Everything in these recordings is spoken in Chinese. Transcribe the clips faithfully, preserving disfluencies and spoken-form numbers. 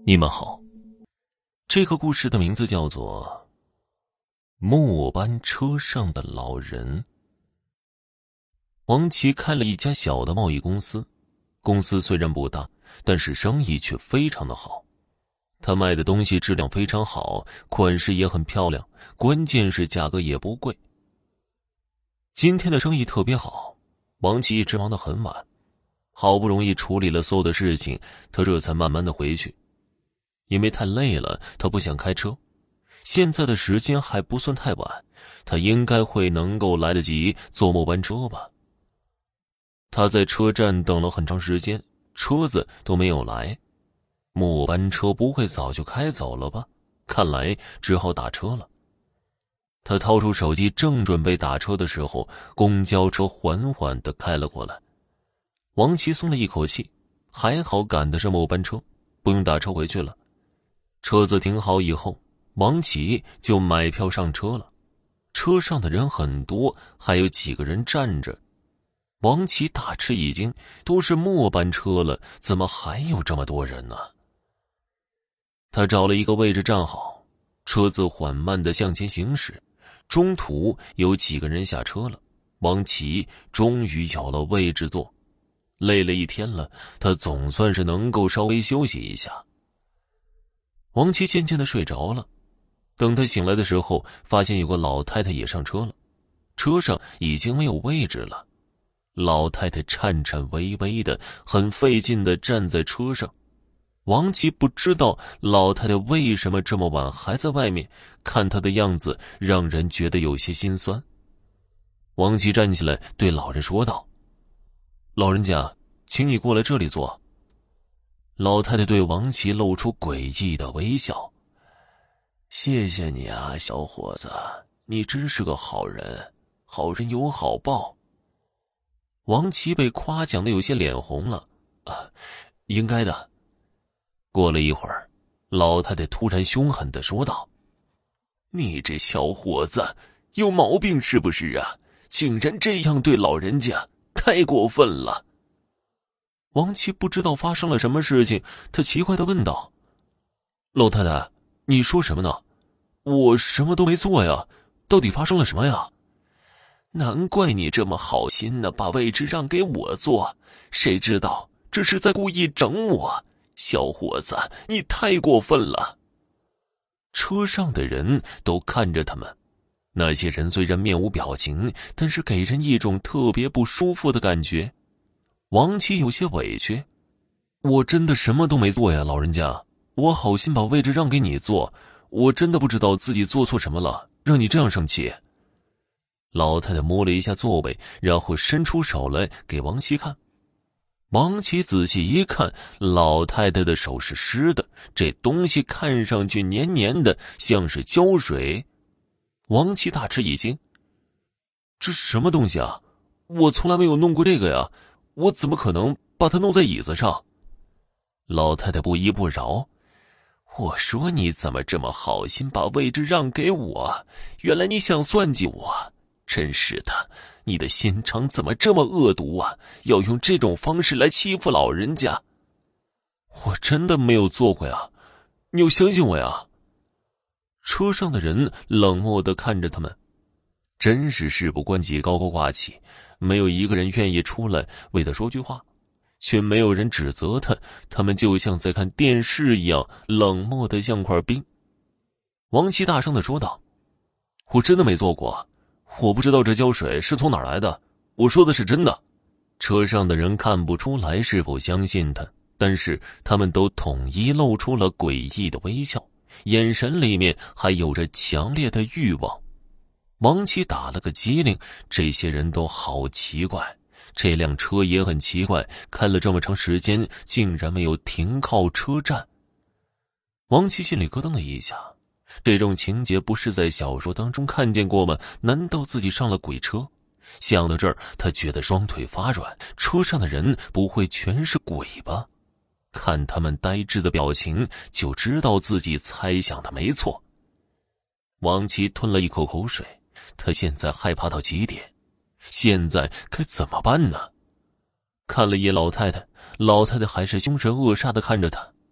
你们好，这个故事的名字叫做末班车上的老人。王琦开了一家小的贸易公司，公司虽然不大，但是生意却非常的好。他卖的东西质量非常好，款式也很漂亮，关键是价格也不贵。今天的生意特别好，王琦一直忙得很晚，好不容易处理了所有的事情，他这才慢慢的回去。因为太累了，他不想开车。现在的时间还不算太晚，他应该会能够来得及坐末班车吧。他在车站等了很长时间，车子都没有来。末班车不会早就开走了吧？看来只好打车了。他掏出手机正准备打车的时候，公交车缓缓地开了过来。王琦松了一口气，还好赶的是末班车，不用打车回去了。车子停好以后，王琦就买票上车了。车上的人很多，还有几个人站着。王琦大吃一惊，都是末班车了，怎么还有这么多人呢？他找了一个位置站好，车子缓慢地向前行驶。中途有几个人下车了，王琦终于有了位置坐。累了一天了，他总算是能够稍微休息一下。王琦渐渐地睡着了，等他醒来的时候，发现有个老太太也上车了，车上已经没有位置了。老太太颤颤巍巍的，很费劲地站在车上。王琦不知道老太太为什么这么晚还在外面，看她的样子让人觉得有些心酸。王琦站起来对老人说道：“老人家，请你过来这里坐。”老太太对王琦露出诡异的微笑：“谢谢你啊，小伙子，你真是个好人，好人有好报。”王琦被夸奖的有些脸红了：“啊，应该的。”过了一会儿，老太太突然凶狠地说道：“你这小伙子有毛病是不是啊？竟然这样对老人家，太过分了！”王琦不知道发生了什么事情，他奇怪地问道：“老太太，你说什么呢？我什么都没做呀，到底发生了什么呀？”“难怪你这么好心呢，把位置让给我坐，谁知道这是在故意整我，小伙子，你太过分了。”车上的人都看着他们，那些人虽然面无表情，但是给人一种特别不舒服的感觉。王琦有些委屈：“我真的什么都没做呀，老人家，我好心把位置让给你坐，我真的不知道自己做错什么了，让你这样生气。”老太太摸了一下座位，然后伸出手来给王琦看。王琦仔细一看，老太太的手是湿的，这东西看上去黏黏的，像是胶水。王琦大吃一惊：“这什么东西啊？我从来没有弄过这个呀，我怎么可能把它弄在椅子上？”老太太不依不饶：“我说你怎么这么好心把位置让给我？原来你想算计我，真是的，你的心肠怎么这么恶毒啊？要用这种方式来欺负老人家。”“我真的没有做过呀，你要相信我呀。”车上的人冷漠地看着他们，真是事不关己高高挂起，没有一个人愿意出来为他说句话，却没有人指责他，他们就像在看电视一样，冷漠的像块冰。王琦大声地说道：“我真的没做过，我不知道这胶水是从哪儿来的，我说的是真的。”车上的人看不出来是否相信他，但是他们都统一露出了诡异的微笑，眼神里面还有着强烈的欲望。王琦打了个激灵，这些人都好奇怪，这辆车也很奇怪，开了这么长时间，竟然没有停靠车站。王琦心里咯噔了一下，这种情节不是在小说当中看见过吗？难道自己上了鬼车？想到这儿，他觉得双腿发软，车上的人不会全是鬼吧？看他们呆滞的表情，就知道自己猜想的没错。王琦吞了一口口水，他现在害怕到极点，现在该怎么办呢？看了一眼老太太，老太太还是凶神恶煞地看着他。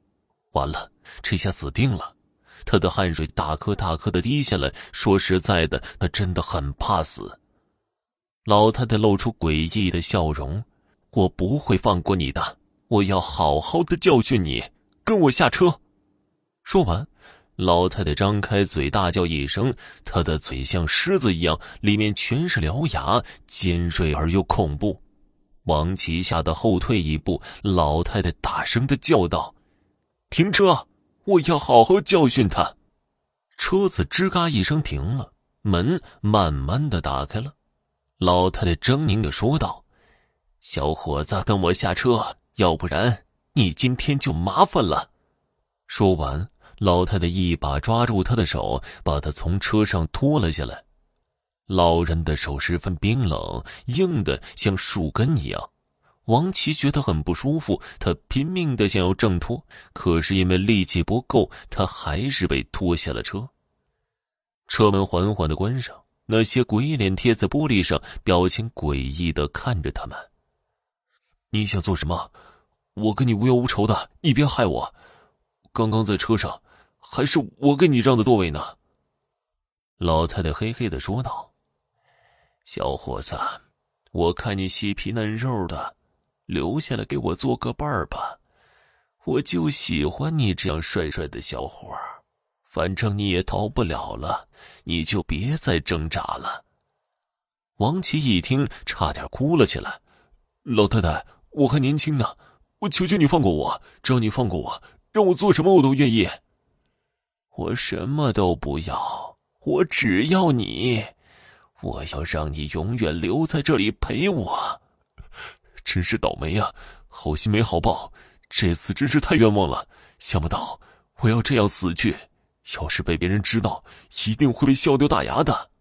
完了，这下死定了。他的汗水大颗大颗的滴下来，说实在的，他真的很怕死。老太太露出诡异的笑容，我不会放过你的，我要好好的教训你，跟我下车。说完，老太太张开嘴大叫一声，她的嘴像狮子一样，里面全是獠牙，尖锐而又恐怖。王琦吓得后退一步，老太太大声的叫道：停车，我要好好教训他。车子吱嘎一声停了，门慢慢的打开了。老太太狰狞的说道：小伙子，跟我下车，要不然你今天就麻烦了。说完，老太太一把抓住他的手，把他从车上拖了下来。老人的手十分冰冷，硬的像树根一样。王琦觉得很不舒服，他拼命的想要挣脱，可是因为力气不够，他还是被拖下了车。车门缓缓的关上，那些鬼脸贴在玻璃上，表情诡异的看着他们。你想做什么？我跟你无冤无仇的，你别害我。刚刚在车上，还是我给你让的座位呢。老太太嘿嘿的说道：小伙子，我看你细皮嫩肉的，留下来给我做个伴儿吧。我就喜欢你这样帅帅的小伙儿，反正你也逃不了了，你就别再挣扎了。王琦一听，差点哭了起来。老太太，我还年轻呢，我求求你放过我，只要你放过我，让我做什么我都愿意。我什么都不要，我只要你，我要让你永远留在这里陪我。真是倒霉啊，好心没好报，这次真是太冤枉了，想不到我要这样死去，要是被别人知道，一定会被笑掉大牙的。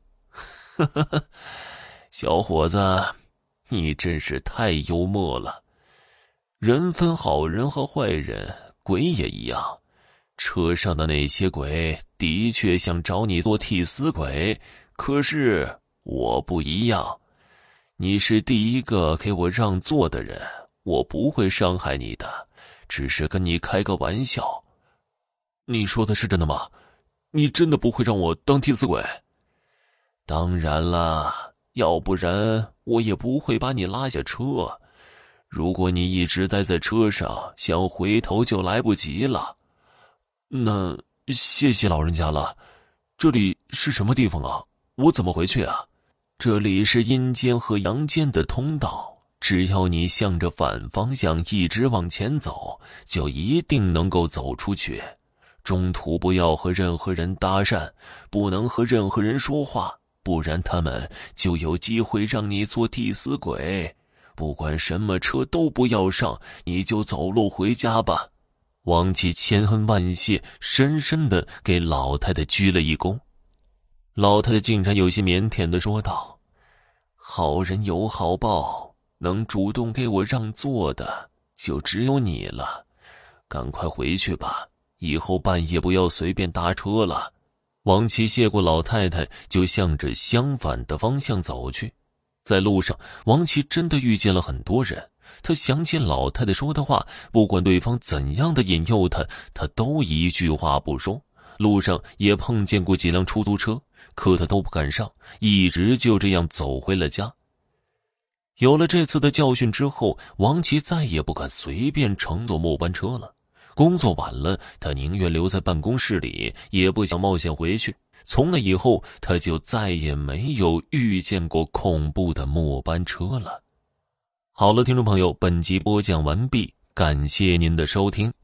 小伙子，你真是太幽默了。人分好人和坏人，鬼也一样。车上的那些鬼的确想找你做替死鬼，可是我不一样。你是第一个给我让座的人，我不会伤害你的，只是跟你开个玩笑。你说的是真的吗？你真的不会让我当替死鬼？当然啦，要不然我也不会把你拉下车。如果你一直待在车上，想回头就来不及了。那谢谢老人家了。这里是什么地方啊？我怎么回去啊？这里是阴间和阳间的通道，只要你向着反方向一直往前走，就一定能够走出去。中途不要和任何人搭讪，不能和任何人说话，不然他们就有机会让你做替死鬼。不管什么车都不要上，你就走路回家吧。王琦千恩万谢，深深地给老太太鞠了一躬。老太太竟然有些腼腆地说道：好人有好报，能主动给我让座的就只有你了。赶快回去吧，以后半夜不要随便搭车了。王琦谢过老太太，就向着相反的方向走去。在路上，王琦真的遇见了很多人。他想起老太太说的话，不管对方怎样的引诱他，他都一句话不说。路上也碰见过几辆出租车，可他都不敢上，一直就这样走回了家。有了这次的教训之后，王琦再也不敢随便乘坐末班车了。工作晚了，他宁愿留在办公室里，也不想冒险回去。从那以后，他就再也没有遇见过恐怖的末班车了。好了，听众朋友，本集播讲完毕，感谢您的收听。